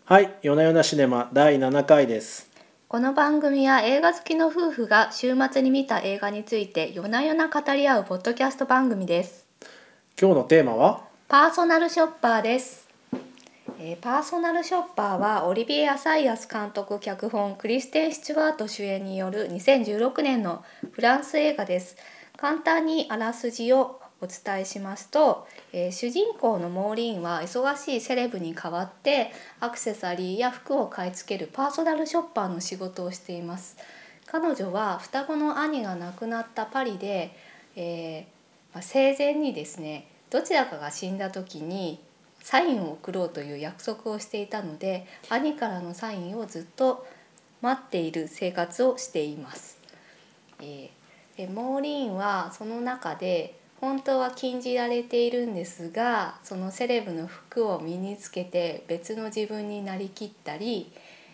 はい、夜な夜なシネマ第7回です。 この番組は映画好きの夫婦が週末に見た映画について夜な夜な語り合うポッドキャスト番組です。 今日のテーマはパーソナルショッパーです。パーソナルショッパーはオリビエ・アサイアス監督脚本、クリステン・スチュワート主演による2016年のフランス映画です。簡単にあらすじをお伝えしますと、主人公のモーリーンは忙しいセレブに代わってアクセサリーや服を買い付けるパーソナルショッパーの仕事をしています。彼女は双子の兄が亡くなったパリで、生前にですね、どちらかが死んだ時にサインを送ろうという約束をしていたので、兄からのサインをずっと待っている生活をしています。モーリーンはその中で本当は禁じられているんですが、そのセレブの服を身につけて別の自分になりきったり、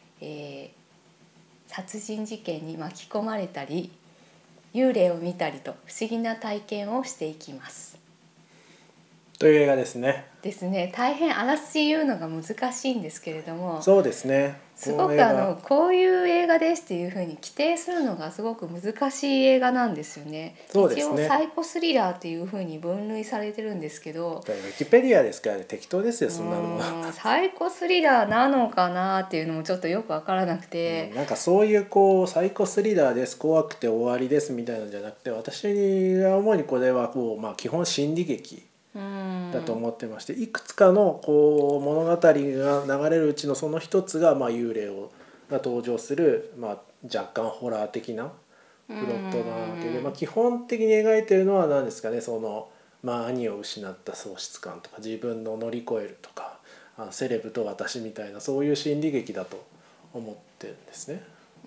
殺人事件に巻き込まれたり、幽霊を見たりと不思議な体験をしていきますという映画ですね。 大変あらすじ言うのが難しいんですけれども、 そうですね。 すごくこういう映画ですっていうふうに規定するのがすごく難しい映画なんですよね。 そうですね。 一応サイコスリラーっていうふうに分類されてるんですけど、 ウィキペディアですから、ね、適当ですよそんなのは。 サイコスリラーなのかなっていうのもちょっとよく分からなくて、 なんかそういうサイコスリラーです怖くて終わりですみたいなのじゃなくて、私が思うにこれは基本心理劇だと思ってまして、いくつかの物語が流れるうちのその一つが、幽霊が登場する、若干ホラー的なプロットなわけで、基本的に描いてるのは何ですかね、兄を失った喪失感とか自分の乗り越えるとか、セレブと私みたいなそういう心理劇だと思ってるんですね。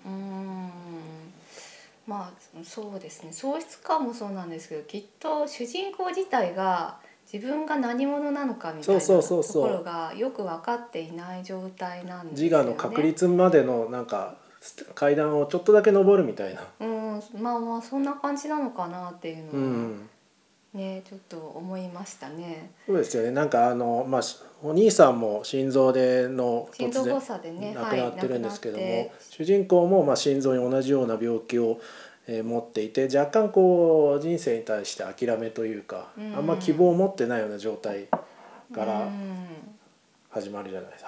そうですね、喪失感もそうなんですけど、きっと主人公自体が自分が何者なのかみたいなところがよく分かっていない状態なんですよね。 自我の確立までの階段をちょっとだけ登るみたいな、 そんな感じなのかなっていうのは、ちょっと思いましたね。 そうですよね。お兄さんも心臓の心臓発作でね、 亡くなってるんですけども、主人公も心臓に同じような病気を持っていて、若干人生に対して諦めというか、あんま希望を持ってないような状態から始まるじゃないですか。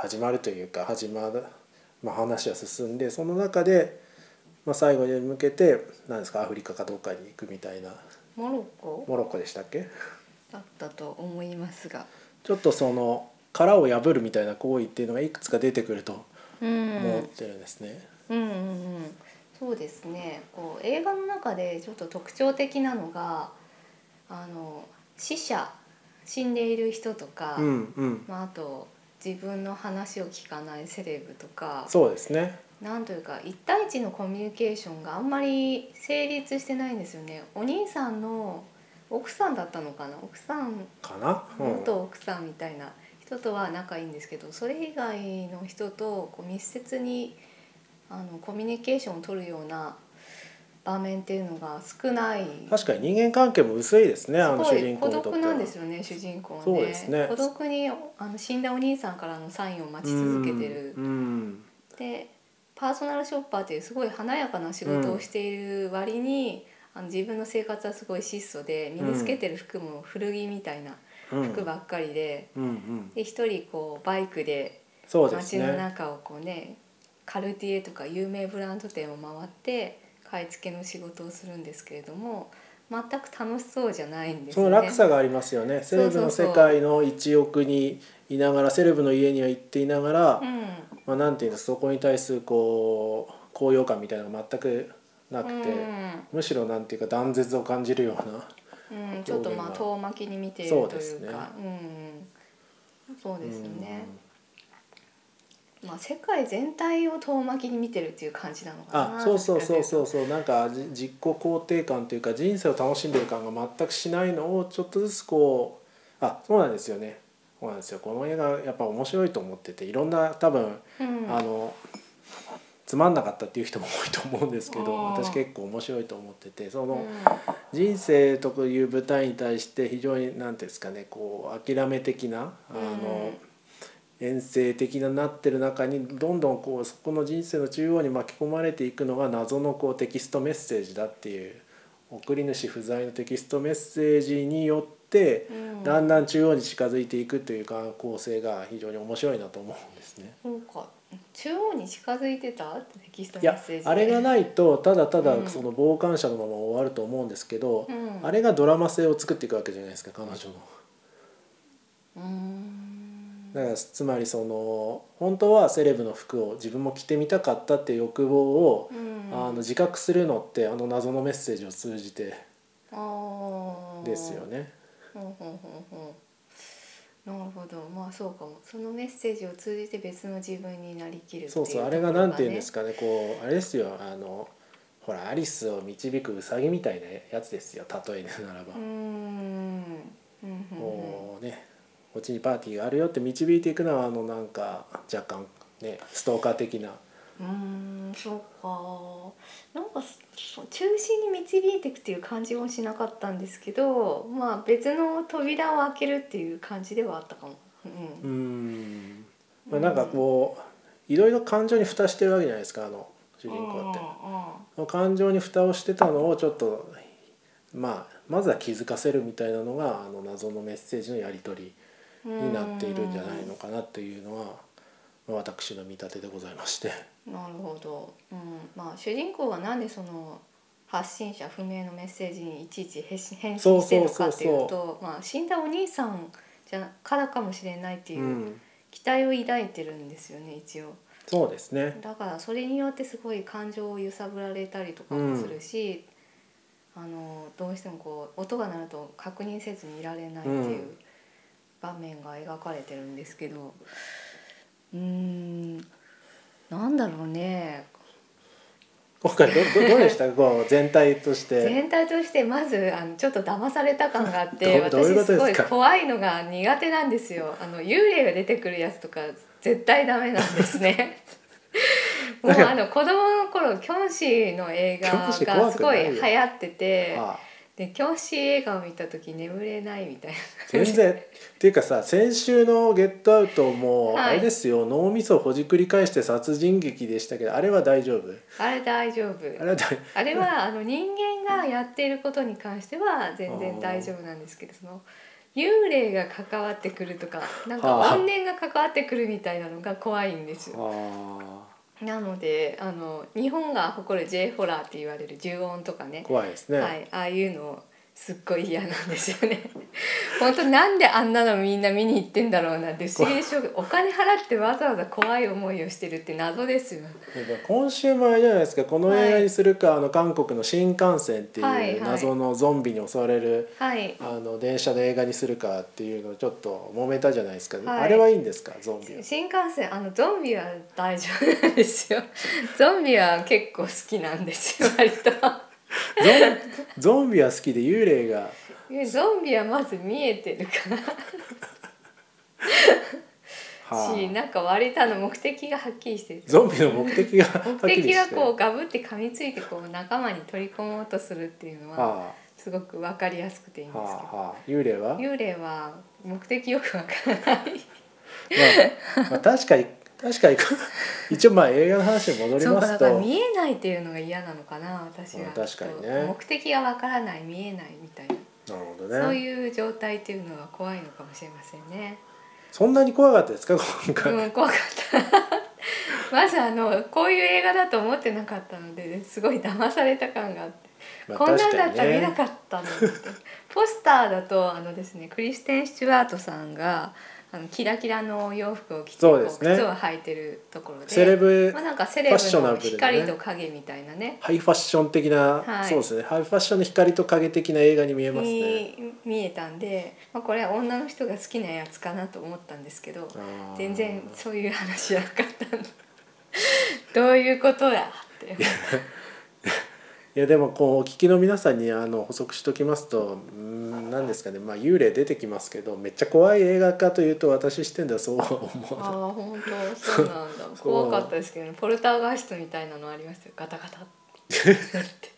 話は進んで、その中で、最後に向けてアフリカかどっかに行くみたいな。 モロッコでしたっけだったと思いますが、 ちょっと殻を破るみたいな行為っていうのがいくつか出てくると思ってるんですね。 そうですね。映画の中でちょっと特徴的なのが、死んでいる人とか、あと自分の話を聞かないセレブとか、 そうですね。 なんというか1対1のコミュニケーションがあんまり成立してないんですよね。お兄さんの奥さんだったのかな、奥さんかな、 元奥さんみたいな人とは仲いいんですけど、それ以外の人と密接にコミュニケーションを取るような場面っていうのが少ない。 確かに人間関係も薄いですね。 すごい孤独なんですよね、主人公はね。 そうですね。 孤独に死んだお兄さんからのサインを待ち続けてる。でパーソナルショッパーっていうすごい華やかな仕事をしている割に、自分の生活はすごい質素で、身につけてる服も古着みたいな服ばっかりで、で一人バイクで街の中をカルティエとか有名ブランド店を回って買い付けの仕事をするんですけれども、全く楽しそうじゃないんですよね。 その落差がありますよね。セレブの世界の一億にいながら、セレブの家には行っていながら、なんていうんですか、そこに対する高揚感みたいなのが全くなくて、むしろなんていうか断絶を感じるような、 ちょっと遠巻きに見ているというか、そうですよね。世界全体を遠巻きに見てるっていう感じなのかな。 そうなんか自己肯定感というか、人生を楽しんでる感が全くしないのをちょっとずつそうなんですよね。そうなんですよ。この映画やっぱ面白いと思ってて、いろんな多分、つまんなかったっていう人も多いと思うんですけど、私結構面白いと思ってて、人生という舞台に対して非常に何ていうんですかね、諦め的な遠征的ななってる中にどんどんこうそこの人生の中央に巻き込まれていくのが謎のこうテキストメッセージだっていう送り主不在のテキストメッセージによってだんだん中央に近づいていくという構成が非常に面白いなと思うんですね。 そうか、中央に近づいてたってテキストいやメッセージあれがないとただただその傍観者のまま終わると思うんですけど、あれがドラマ性を作っていくわけじゃないですか彼女の。だからつまりその本当はセレブの服を自分も着てみたかったっていう欲望を、自覚するのって謎のメッセージを通じてですよね。 なるほど、まあそうかも。そのメッセージを通じて別の自分になりきるっていうそうそう、あれがなんていうんですかね、こうあれですよ、ほらアリスを導くウサギみたいなやつですよ、例えるならば。こうね、こっちにパーティーがあるよって導いていくのはなんか若干ねストーカー的な。 そうか。なんか中心に導いていくっていう感じもしなかったんですけど、まあ別の扉を開けるっていう感じではあったかも。 まあ、なんかこういろいろ感情に蓋してるわけじゃないですか主人公って。感情に蓋をしてたのをちょっとまずは気づかせるみたいなのが謎のメッセージのやり取りになっているんじゃないのかなというのは私の見立てでございまして。 なるほど。まあ主人公はなんでその発信者不明のメッセージにいちいち返信してるのかっていうと、死んだお兄さんからかもしれないっていう期待を抱いてるんですよね一応。 そうですね。 だからそれによってすごい感情を揺さぶられたりとかもするし、どうしてもこう音が鳴ると確認せずにいられないっていう場面が描かれてるんですけど、なんだろうね。 今回どうでしたかこう全体として。 全体としてまずちょっと騙された感があって私すごい怖いのが苦手なんですよ。幽霊が出てくるやつとか絶対ダメなんですね。もう子供の頃キョンシーの映画がすごい流行ってて、でキョンシー映画を見た時眠れないみたいな。 全然っていうかさ、先週の「ゲットアウト」もあれですよ、脳みそをほじくり返して殺人劇でしたけど、あれは大丈夫？ あれ大丈夫。あれは人間がやっていることに関しては全然大丈夫なんですけど、その幽霊が関わってくるとかなんか怨念が関わってくるみたいなのが怖いんですよ。なので日本が誇る J ホラーって言われる呪音とかね、 怖いですね、 はい、ああいうのすっごい嫌なんですよね。本当なんであんなのみんな見に行ってんだろうなって不思議でしょうが、お金払ってわざわざ怖い思いをしてるって謎ですよ。 今週もあれじゃないですか、この映画にするか、韓国の新幹線っていう謎のゾンビに襲われる、電車の映画にするかっていうのをちょっと揉めたじゃないですか、あれはいいんですかゾンビは。 新幹線ゾンビは大丈夫なんですよ。ゾンビは結構好きなんですよ割と。 ゾンビは好きで幽霊が。 ゾンビはまず見えてるからし、なんか割と目的がはっきりしてる。 ゾンビの目的がはっきりしてる。 目的がこうガブって噛みついてこう仲間に取り込もうとするっていうのはすごく分かりやすくていいんですけど、幽霊は目的よく分からない。 確かに一応映画の話に戻りますと、 だから見えないっていうのが嫌なのかな私は。 確かにね、 目的がわからない、見えないみたいな、 なるほどね、 そういう状態っていうのは怖いのかもしれませんね。 そんなに怖かったですか今回？ 怖かったまずこういう映画だと思ってなかったのですごい騙された感があって、こんなんだったら見なかったのって。ポスターだとですね、クリステン・スチュワートさんがキラキラのお洋服を着て靴を履いてるところで、 セレブなんかセレブの光と影みたいなね、 ハイファッション的な、そうですね、ハイファッションの光と影的な映画に見えますね。 見えたんで、これは女の人が好きなやつかなと思ったんですけど、全然そういう話じゃなかったどういうことやっていやでもこうお聞きの皆さんに補足しときますと、何ですかね、幽霊出てきますけどめっちゃ怖い映画かというと私視点ではそうは思う。 本当そうなんだ。怖かったですけどね、ポルターガイストみたいなのありましたよ、ガタガタって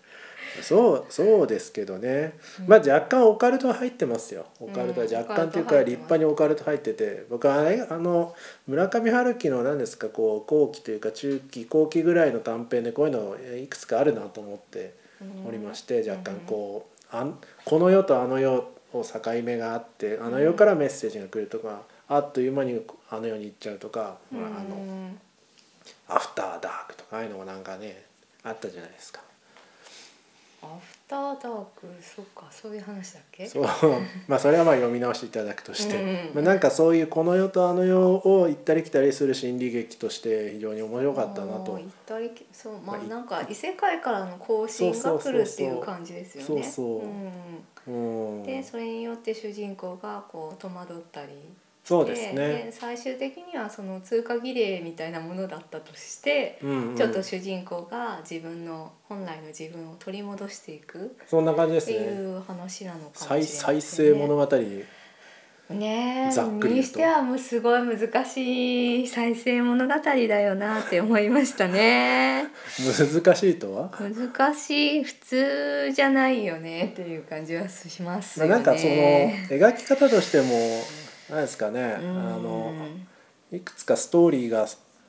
そうですけどね、まあ若干オカルトは入ってますよ。オカルトは若干っていうか立派にオカルト入ってて、僕は村上春樹の何ですかこう後期というか中期後期ぐらいの短編でこういうのいくつかあるなと思っておりまして、若干この世とあの世を境目があって、あの世からメッセージが来るとか、あっという間にあの世に行っちゃうとか、アフターダークとかああいうのもなんかねあったじゃないですか。 アフターダーク、そうか、そういう話だっけ。 そうまあそれはまあ読み直していただくとして、まあ、なんかそういうこの世とあの世を行ったり来たりする心理劇として非常に面白かったなと。 行ったりそう、まあなんか異世界からの更新が来るっていう感じですよね。でそれによって主人公がこう戸惑ったり。 そうですね、 で最終的にはその通過儀礼みたいなものだったとして、ちょっと主人公が自分の本来の自分を取り戻していくそんな感じですね。 っていう話なのかもしれないですね。 再生物語ねざっくりにしてはもうすごい難しい再生物語だよなって思いましたね。 難しいとは難しい、普通じゃないよねっていう感じはしますよね。 なんかその描き方としても何ですかね、いくつかストーリーが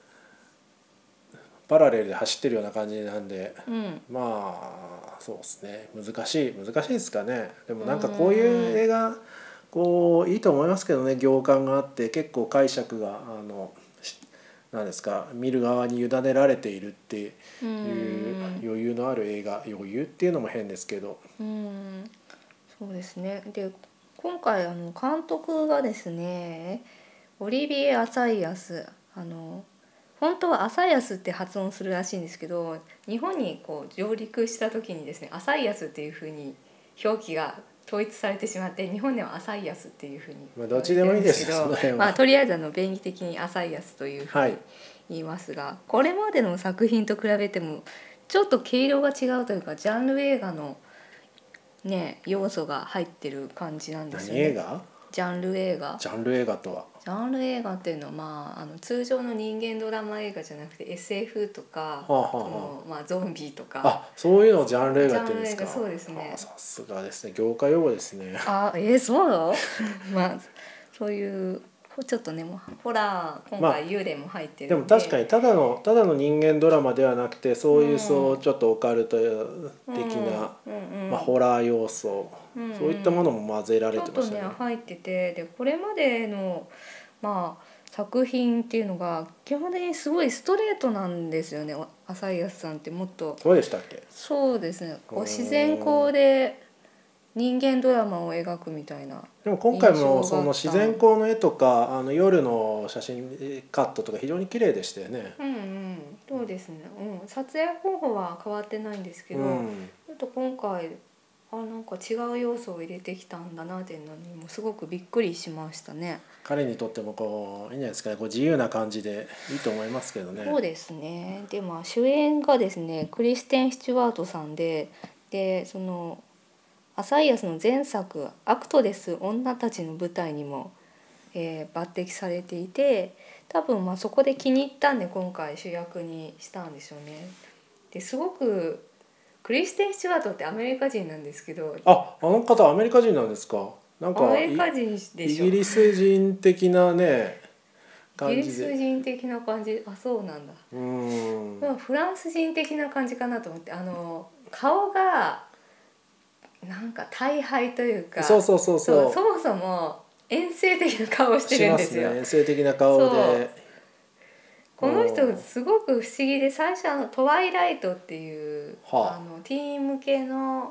パラレルで走ってるような感じなんで、まあそうですね、難しいですかね。でもなんかこういう映画こういいと思いますけどね、行間があって結構解釈がなんですか見る側に委ねられているっていう余裕のある映画、余裕っていうのも変ですけど、 そうですね。で今回監督がですねオリビエ・アサイアス、本当はアサイアスって発音するらしいんですけど、日本にこう上陸した時にですねアサイアスっていう風に表記が統一されてしまって、日本ではアサイアスっていう風にどっちでもいいですけど、 まあとりあえず便宜的にアサイアスという風に言いますが、これまでの作品と比べてもちょっと毛色が違うというか、ジャンル映画のね要素が入ってる感じなんですよね。 何映画？ ジャンル映画。 ジャンル映画とは？ ジャンル映画っていうのは、まあ、通常の人間ドラマ映画じゃなくて SF とか、ゾンビとか、 そういうのをジャンル映画って言うんですか。 そうですね。 さすがですね、業界用語ですね。 そうまあそういうちょっとねホラー、今回幽霊も入ってるんで、 でも確かにただの人間ドラマではなくて、そういうちょっとオカルト的な、ホラー要素、そういったものも混ぜられてましたね。 ちょっとね入ってて、でこれまでの作品っていうのが基本的にすごいストレートなんですよね。アサイアスさんってもっとそうでしたっけ？ そうですね、こう自然光で人間ドラマを描くみたいな。 でも今回もその自然光の絵とか夜の写真カットとか非常に綺麗でしたよね。 そうですね、撮影方法は変わってないんですけど、ちょっと今回なんか違う要素を入れてきたんだなっていうのにもすごくびっくりしましたね。 彼にとってもいいんじゃないですかね、自由な感じでいいと思いますけどね。 そうですね。で主演がですねクリステン・スチュワートさんで、そのアサイアスの前作「アクトレス女たちの舞台」にも、抜擢されていて、多分そこで気に入ったんで今回主役にしたんでしょうね。ですごくクリステン・スチュワートってアメリカ人なんですけど、 あの方アメリカ人なんですか。なんかアメリカ人でしょ。 イギリス人的なねイギリス人的な感じ。そうなんだ。でもフランス人的な感じかなと思って、顔がなんか大敗というか、そもそも遠征的な顔をしてるんですよ。 遠征的な顔で。 この人すごく不思議で、最初トワイライトっていう、ティーン向けの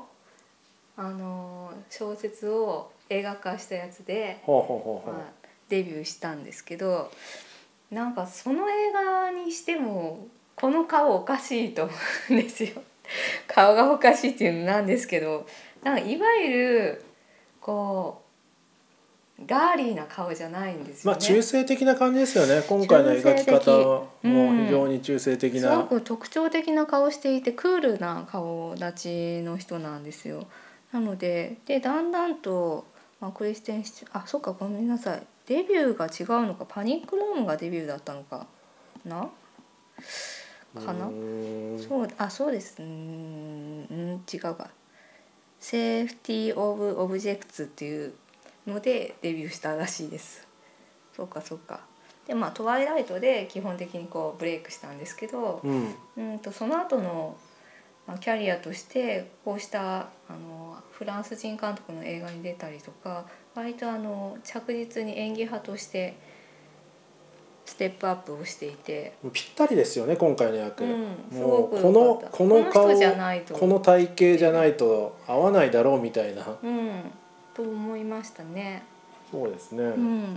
小説を映画化したやつでデビューしたんですけど、なんかその映画にしてもこの顔おかしいと思うんですよ。顔がおかしいっていうのなんですけど、なんかいわゆるこうガーリーな顔じゃないんですよね。 中性的な感じですよね。今回の描き方も非常に中性的な、 すごく特徴的な顔していてクールな顔立ちの人なんですよ。なのでだんだんと、クリステンそうか、ごめんなさい、デビューが違うのか、パニックルームがデビューだったのかな。 かな。そうです。違うか。セーフティー・オブ・オブジェクツっていうのでデビューしたらしいです。そうか。でトワイライトで基本的にこうブレイクしたんですけど、その後のキャリアとしてこうしたフランス人監督の映画に出たりとか、割と着実に演技派としてステップアップをしていて、 ぴったりですよね今回の役、 すごくこの顔、 人じゃないと、 この体型じゃないと合わないだろうみたいな、 と思いましたね。 そうですね、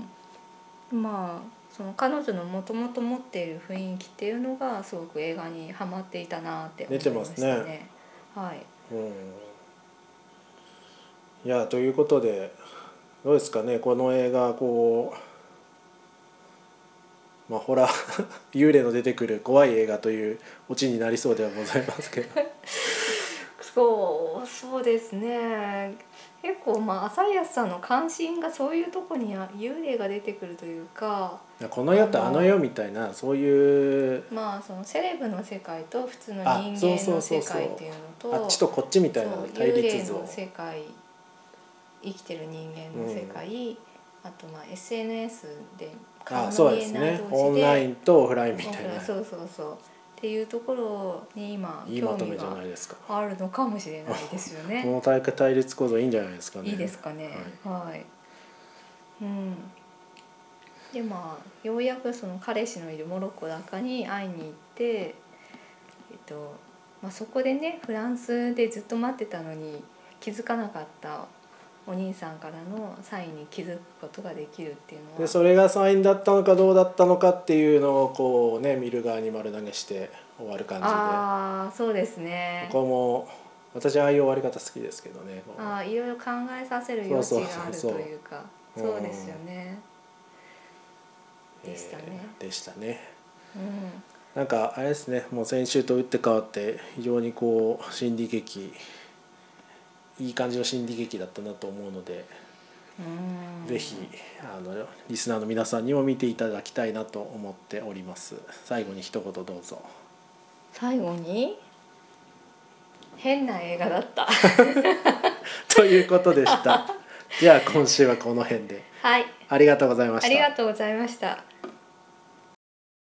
その彼女のもともと持っている雰囲気っていうのがすごく映画にハマっていたなって思いましたね。 出てますね。 はい。 いやということでどうですかね、この映画こうホラー幽霊の出てくる怖い映画というオチになりそうではございますけどそうですね。結構朝安さんの関心がそういうとこに幽霊が出てくるというか、 この世とあの世みたいなそういうそのセレブの世界と普通の人間の世界っていうのと、 あっちとこっちみたいな対立像、 幽霊の世界、生きてる人間の世界、あとSNS で顔の見えない同士で、 オンラインとオフラインみたいな、 そうっていうところに今興味があるのかもしれないですよね。 この対立構造いいんじゃないですかね。 いいですかね。はい。でようやくその彼氏のいるモロッコダカに会いに行って、そこでねフランスでずっと待ってたのに気づかなかったお兄さんからのサインに気づくことができるっていうのは、 でそれがサインだったのかどうだったのかっていうのをこうね見る側に丸投げして終わる感じで、 そうですね。 ここも私はああいう終わり方好きですけどね。 いろいろ考えさせる余地があるというか、そうですよね。でしたね。なんかあれですね、もう先週と打って変わって非常にこう心理劇、いい感じの心理劇だったなと思うので、ぜひリスナーの皆さんにも見ていただきたいなと思っております。最後に一言どうぞ。 最後に変な映画だったということでした。では今週はこの辺で、 はい、 ありがとうございました。 ありがとうございました。